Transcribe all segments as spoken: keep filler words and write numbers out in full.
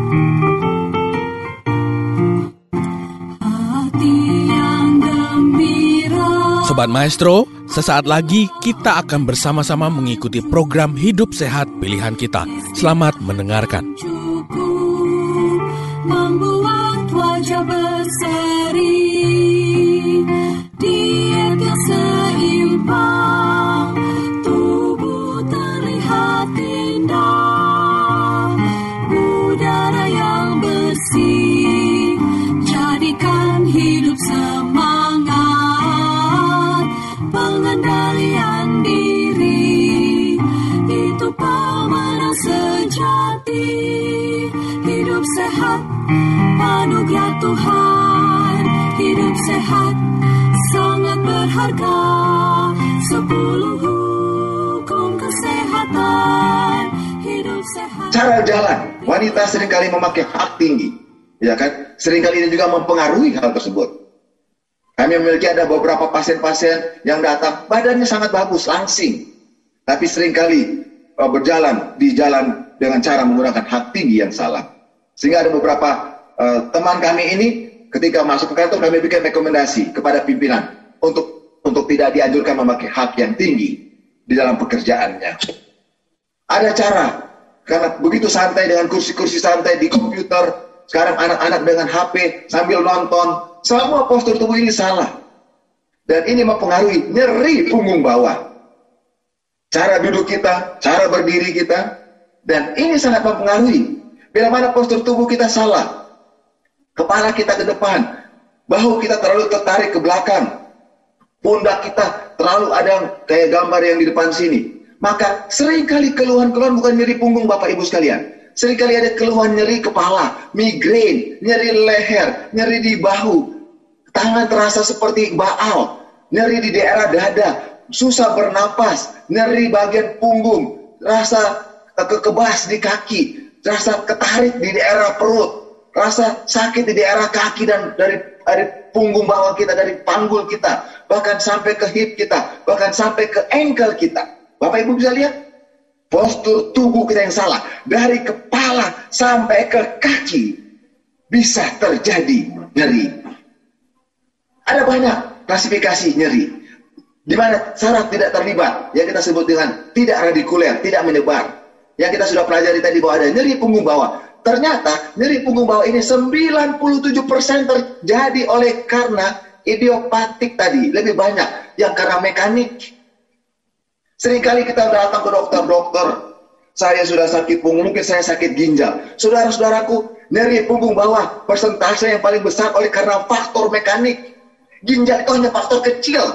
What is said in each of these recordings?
Sobat Maestro, sesaat lagi kita akan bersama-sama mengikuti program Hidup Sehat Pilihan Kita. Selamat mendengarkan. Membuat wajah berseri, diet yang seimbang, tubuh terlihat indah, udara yang bersih, jadikan hidup semangat, pengendalian diri, itu pemenang sejati. Hidup sehat, anugerah Tuhan. Hidup sehat, sangat berharga. Sepuluh hukum kesehatan. Hidup sehat. Cara jalan, wanita seringkali memakai hak tinggi, ya kan? Seringkali ini juga mempengaruhi hal tersebut. Kami memiliki ada beberapa pasien-pasien yang datang, badannya sangat bagus, langsing, tapi seringkali uh, berjalan di jalan dengan cara menggunakan hak tinggi yang salah. Sehingga ada beberapa uh, teman kami ini ketika masuk ke kantor kami berikan rekomendasi kepada pimpinan untuk untuk tidak dianjurkan memakai hak yang tinggi di dalam pekerjaannya. Ada cara, karena begitu santai dengan kursi-kursi santai di komputer, sekarang anak-anak dengan H P sambil nonton, semua postur tubuh ini salah. Dan ini mempengaruhi nyeri punggung bawah, cara duduk kita, cara berdiri kita, dan ini sangat mempengaruhi. Bila mana postur tubuh kita salah, kepala kita ke depan, bahu kita terlalu tertarik ke belakang, pundak kita terlalu ada kayak gambar yang di depan sini, maka seringkali keluhan-keluhan bukan nyeri punggung Bapak Ibu sekalian. Seringkali ada keluhan nyeri kepala, migrain, nyeri leher, nyeri di bahu, tangan terasa seperti baal, nyeri di daerah dada, susah bernapas, nyeri bagian punggung, rasa kekebas di kaki, rasa ketarik di daerah perut, rasa sakit di daerah kaki dan dari, dari punggung bawah kita, dari panggul kita, bahkan sampai ke hip kita, bahkan sampai ke ankle kita. Bapak Ibu bisa lihat, postur tubuh kita yang salah, dari kepala sampai ke kaki, bisa terjadi nyeri. Ada banyak klasifikasi nyeri, di mana saraf tidak terlibat, yang kita sebut dengan tidak radikuler, tidak menyebar. Yang kita sudah pelajari tadi bahwa ada nyeri punggung bawah. Ternyata nyeri punggung bawah ini sembilan puluh tujuh persen terjadi oleh karena idiopatik tadi, lebih banyak yang karena mekanik. Seringkali kita datang ke dokter-dokter, saya sudah sakit punggung, mungkin saya sakit ginjal. Saudara-saudaraku, nyeri punggung bawah persentase yang paling besar oleh karena faktor mekanik. Ginjal itu hanya faktor kecil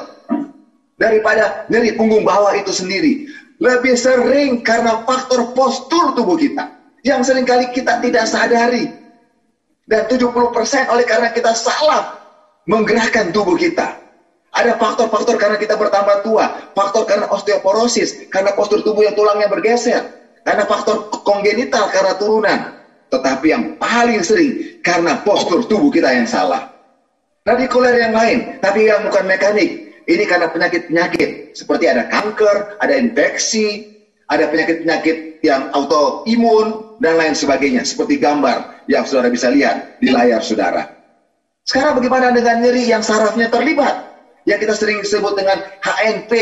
daripada nyeri punggung bawah itu sendiri. Lebih sering karena faktor postur tubuh kita yang seringkali kita tidak sadari. Dan tujuh puluh persen oleh karena kita salah menggerakkan tubuh kita. Ada faktor-faktor karena kita bertambah tua, faktor karena osteoporosis, karena postur tubuh yang tulangnya bergeser, karena faktor kongenital karena turunan. Tetapi yang paling sering karena postur tubuh kita yang salah. Radikuler yang lain, tapi yang bukan mekanik. Ini karena penyakit-penyakit, seperti ada kanker, ada infeksi, ada penyakit-penyakit yang autoimun, dan lain sebagainya. Seperti gambar yang saudara bisa lihat di layar saudara. Sekarang bagaimana dengan nyeri yang sarafnya terlibat? Yang kita sering sebut dengan H N P.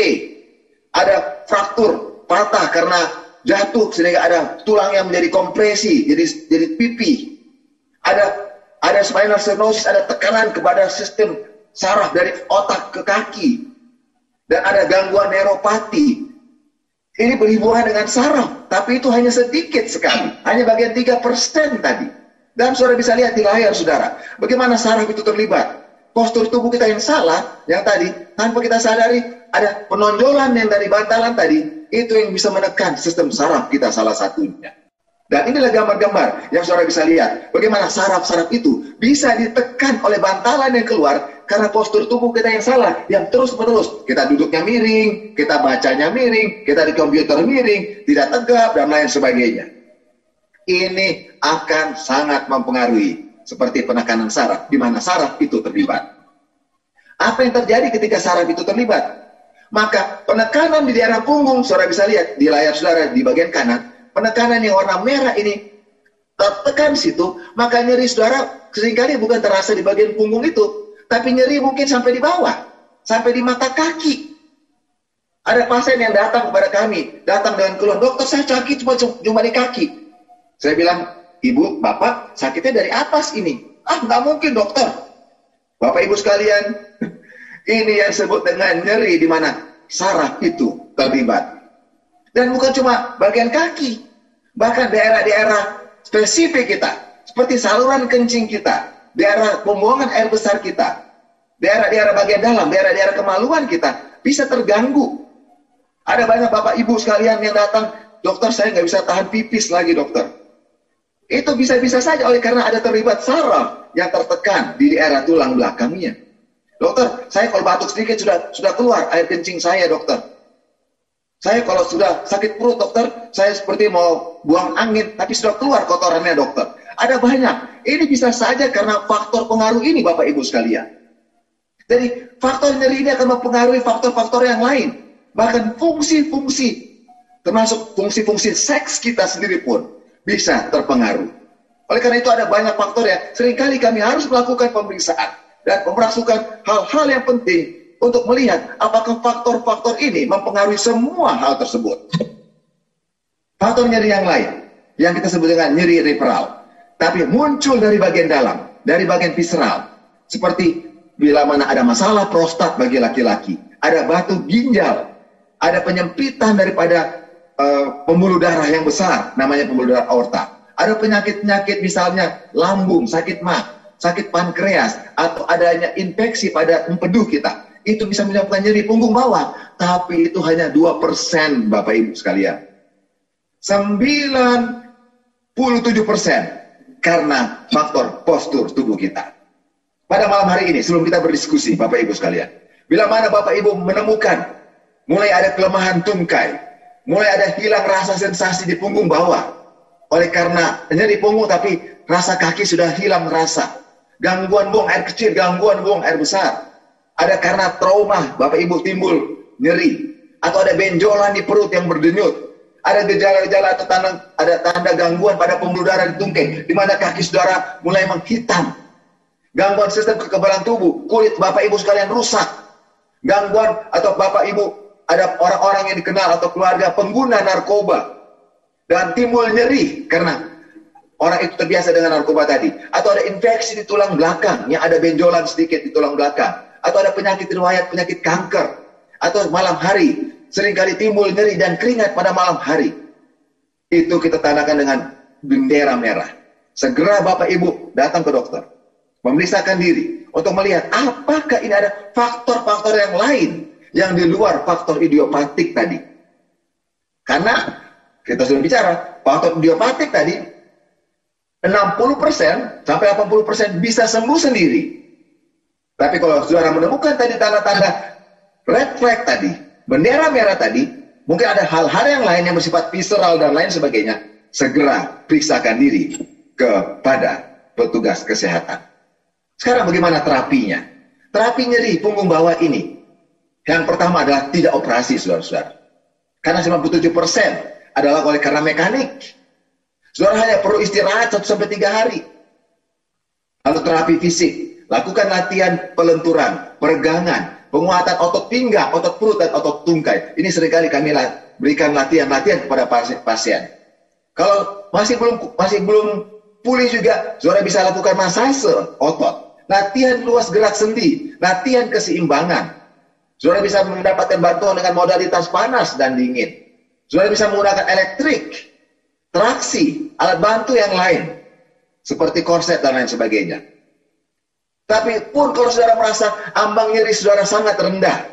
Ada fraktur, patah karena jatuh, sehingga ada tulang yang menjadi kompresi, jadi, jadi pipi. Ada, ada spinal stenosis, ada tekanan kepada sistem saraf dari otak ke kaki, dan ada gangguan neuropati. Ini berhubungan dengan saraf, tapi itu hanya sedikit sekali, hanya bagian tiga persen tadi. Dan saudara bisa lihat di layar saudara, bagaimana saraf itu terlibat. Postur tubuh kita yang salah, yang tadi, tanpa kita sadari, ada penonjolan yang dari bantalan tadi, itu yang bisa menekan sistem saraf kita salah satunya. Dan inilah gambar-gambar yang saudara bisa lihat, bagaimana saraf-saraf itu bisa ditekan oleh bantalan yang keluar, karena postur tubuh kita yang salah, yang terus-menerus. Kita duduknya miring, kita bacanya miring, kita di komputer miring, tidak tegap, dan lain sebagainya. Ini akan sangat mempengaruhi, seperti penekanan saraf, di mana saraf itu terlibat. Apa yang terjadi ketika saraf itu terlibat? Maka penekanan di daerah punggung, saudara bisa lihat di layar saudara di bagian kanan, penekanan yang warna merah ini tertekan situ, maka nyeri saudara seringkali bukan terasa di bagian punggung itu, tapi nyeri mungkin sampai di bawah, sampai di mata kaki. Ada pasien yang datang kepada kami, datang dengan keluhan, dokter saya sakit cuma, cuma di kaki. Saya bilang, ibu, bapak sakitnya dari atas ini. Ah, nggak mungkin dokter. Bapak ibu sekalian, ini yang disebut dengan nyeri di mana saraf itu terlibat. Dan bukan cuma bagian kaki, bahkan daerah-daerah spesifik kita, seperti saluran kencing kita, daerah pembuangan air besar kita, daerah-daerah bagian dalam, daerah-daerah kemaluan kita, bisa terganggu. Ada banyak bapak ibu sekalian yang datang, dokter saya nggak bisa tahan pipis lagi dokter. Itu bisa-bisa saja oleh karena ada terlibat saraf yang tertekan di daerah tulang belakangnya. Dokter, saya kalau batuk sedikit sudah sudah keluar air kencing saya dokter. Saya kalau sudah sakit perut dokter, saya seperti mau buang angin, tapi sudah keluar kotorannya dokter. Ada banyak. Ini bisa saja karena faktor pengaruh ini bapak ibu sekalian. Jadi faktor nyeri ini akan mempengaruhi faktor-faktor yang lain. Bahkan fungsi-fungsi, termasuk fungsi-fungsi seks kita sendiri pun bisa terpengaruh. Oleh karena itu ada banyak faktor ya. Seringkali kami harus melakukan pemeriksaan dan memeriksakan hal-hal yang penting untuk melihat apakah faktor-faktor ini mempengaruhi semua hal tersebut. Faktor nyeri yang lain yang kita sebut dengan nyeri referral, tapi muncul dari bagian dalam, dari bagian visceral, seperti bila mana ada masalah prostat bagi laki-laki, ada batu ginjal, ada penyempitan daripada uh, pembuluh darah yang besar, namanya pembuluh darah aorta. Ada penyakit-penyakit misalnya lambung, sakit mah, sakit pankreas, atau adanya infeksi pada empedu kita. Itu bisa menyebabkan nyeri punggung bawah, tapi itu hanya dua persen Bapak Ibu sekalian. sembilan puluh tujuh persen karena faktor postur tubuh kita. Pada malam hari ini, sebelum kita berdiskusi Bapak Ibu sekalian, bila mana Bapak Ibu menemukan mulai ada kelemahan tungkai, mulai ada hilang rasa sensasi di punggung bawah, oleh karena nyeri punggung tapi rasa kaki sudah hilang rasa, gangguan buang air kecil, gangguan buang air besar, ada karena trauma Bapak Ibu timbul nyeri, atau ada benjolan di perut yang berdenyut, ada gejala-gejala atau tanda, ada tanda gangguan pada pembuluh darah di tungkai, di mana kaki saudara mulai menghitam, gangguan sistem kekebalan tubuh, kulit Bapak Ibu sekalian rusak, gangguan atau Bapak Ibu ada orang-orang yang dikenal atau keluarga pengguna narkoba dan timbul nyeri karena orang itu terbiasa dengan narkoba tadi, atau ada infeksi di tulang belakang yang ada benjolan sedikit di tulang belakang, atau ada penyakit riwayat penyakit kanker, atau malam hari seringkali timbul nyeri dan keringat pada malam hari. Itu kita tandai dengan bendera merah. Segera Bapak Ibu datang ke dokter, memeriksakan diri untuk melihat apakah ini ada faktor-faktor yang lain yang di luar faktor idiopatik tadi. Karena kita sudah bicara, faktor idiopatik tadi enam puluh persen sampai delapan puluh persen bisa sembuh sendiri. Tapi kalau saudara menemukan tadi tanda-tanda red flag tadi, bendera merah tadi, mungkin ada hal-hal yang lain yang bersifat visceral dan lain sebagainya, segera periksakan diri kepada petugas kesehatan. Sekarang bagaimana terapinya? Terapi nyeri punggung bawah ini, yang pertama adalah tidak operasi, saudara-saudara. Karena sembilan puluh tujuh persen adalah oleh karena mekanik. Saudara hanya perlu istirahat satu sampai tiga hari. Lalu terapi fisik, lakukan latihan pelenturan, peregangan, penguatan otot pinggang, otot perut, dan otot tungkai. Ini seringkali kami berikan latihan-latihan kepada pasien. Kalau masih belum masih belum pulih juga, saudara bisa lakukan masase otot, latihan luas gerak sendi, latihan keseimbangan. Saudara bisa mendapatkan bantuan dengan modalitas panas dan dingin. Saudara bisa menggunakan elektrik, traksi, alat bantu yang lain, seperti korset dan lain sebagainya. Tapi pun kalau saudara merasa ambang nyeri saudara sangat rendah,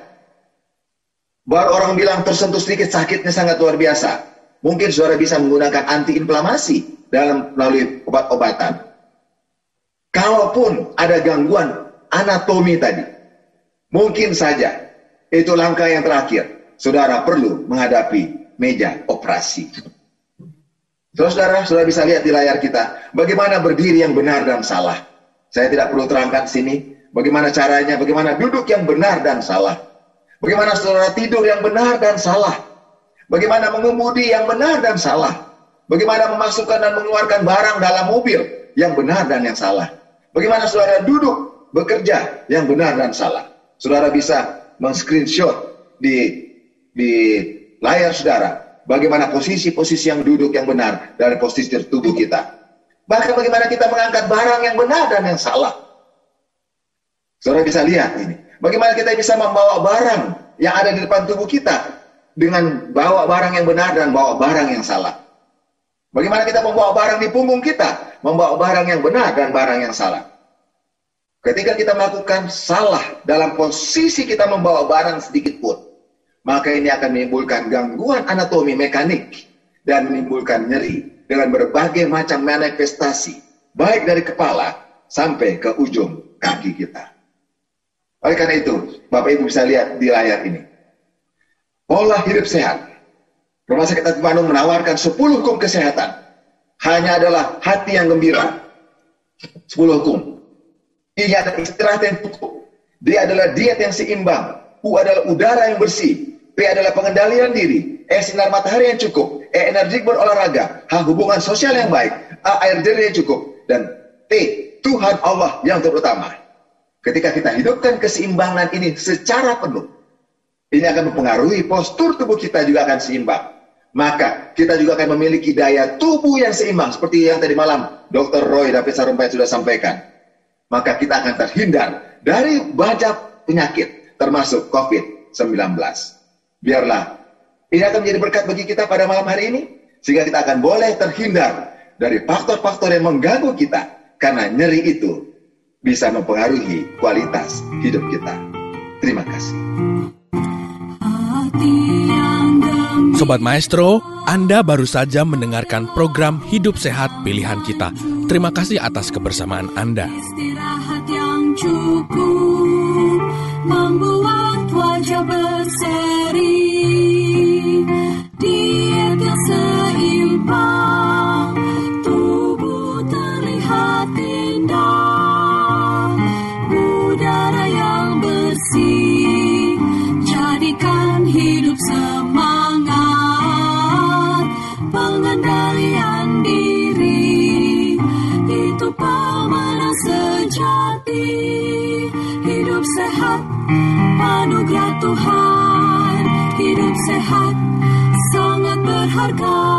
baru orang bilang tersentuh sedikit sakitnya sangat luar biasa, mungkin saudara bisa menggunakan antiinflamasi dalam melalui obat-obatan. Kalaupun ada gangguan anatomi tadi, mungkin saja itu langkah yang terakhir. Saudara perlu menghadapi meja operasi. Saudara, saudara bisa lihat di layar kita bagaimana berdiri yang benar dan salah. Saya tidak perlu terangkan di sini bagaimana caranya, bagaimana duduk yang benar dan salah, bagaimana saudara tidur yang benar dan salah, bagaimana mengemudi yang benar dan salah, Bagaimana memasukkan dan mengeluarkan barang dalam mobil yang benar dan yang salah. Bagaimana saudara duduk bekerja yang benar dan salah. Saudara bisa men-screenshot di di layar saudara bagaimana posisi-posisi yang duduk yang benar dari posisi tubuh kita. Bahkan bagaimana kita mengangkat barang yang benar dan yang salah. Saudara bisa lihat ini. Bagaimana kita bisa membawa barang yang ada di depan tubuh kita dengan bawa barang yang benar dan bawa barang yang salah. Bagaimana kita membawa barang di punggung kita, membawa barang yang benar dan barang yang salah. Ketika kita melakukan salah dalam posisi kita membawa barang sedikit pun, maka ini akan menimbulkan gangguan anatomi mekanik dan menimbulkan nyeri dengan berbagai macam manifestasi, baik dari kepala sampai ke ujung kaki kita. Oleh karena itu, Bapak Ibu bisa lihat di layar ini. Pola hidup sehat. Rumah Sakit Hati Bandung menawarkan sepuluh hukum kesehatan. Hanya adalah hati yang gembira. sepuluh hukum. I adalah istirahat yang cukup. D adalah diet yang seimbang. U adalah udara yang bersih. P adalah pengendalian diri. E sinar matahari yang cukup. E energi berolahraga. H hubungan sosial yang baik. A air jernih yang cukup. Dan T Tuhan Allah yang terutama. Ketika kita hidupkan keseimbangan ini secara penuh, ini akan mempengaruhi postur tubuh kita juga akan seimbang. Maka kita juga akan memiliki daya tubuh yang seimbang seperti yang tadi malam dokter Roy David Sarumpait sudah sampaikan. Maka kita akan terhindar dari banyak penyakit termasuk covid sembilan belas. Biarlah ini akan menjadi berkat bagi kita pada malam hari ini sehingga kita akan boleh terhindar dari faktor-faktor yang mengganggu kita karena nyeri itu bisa mempengaruhi kualitas hidup kita. Terima kasih. Sobat Maestro, Anda baru saja mendengarkan program Hidup Sehat Pilihan Kita. Terima kasih atas kebersamaan Anda. Istirahat yang cukup membuat wajah berseri. Diet yang seimbang, tubuh terlihat indah. Udara yang bersih, jadikan hidup semangat. Pengendalian diri, itu pemenang sejati. Hidup sehat, anugerah Tuhan. Hidup sehat, sangat berharga.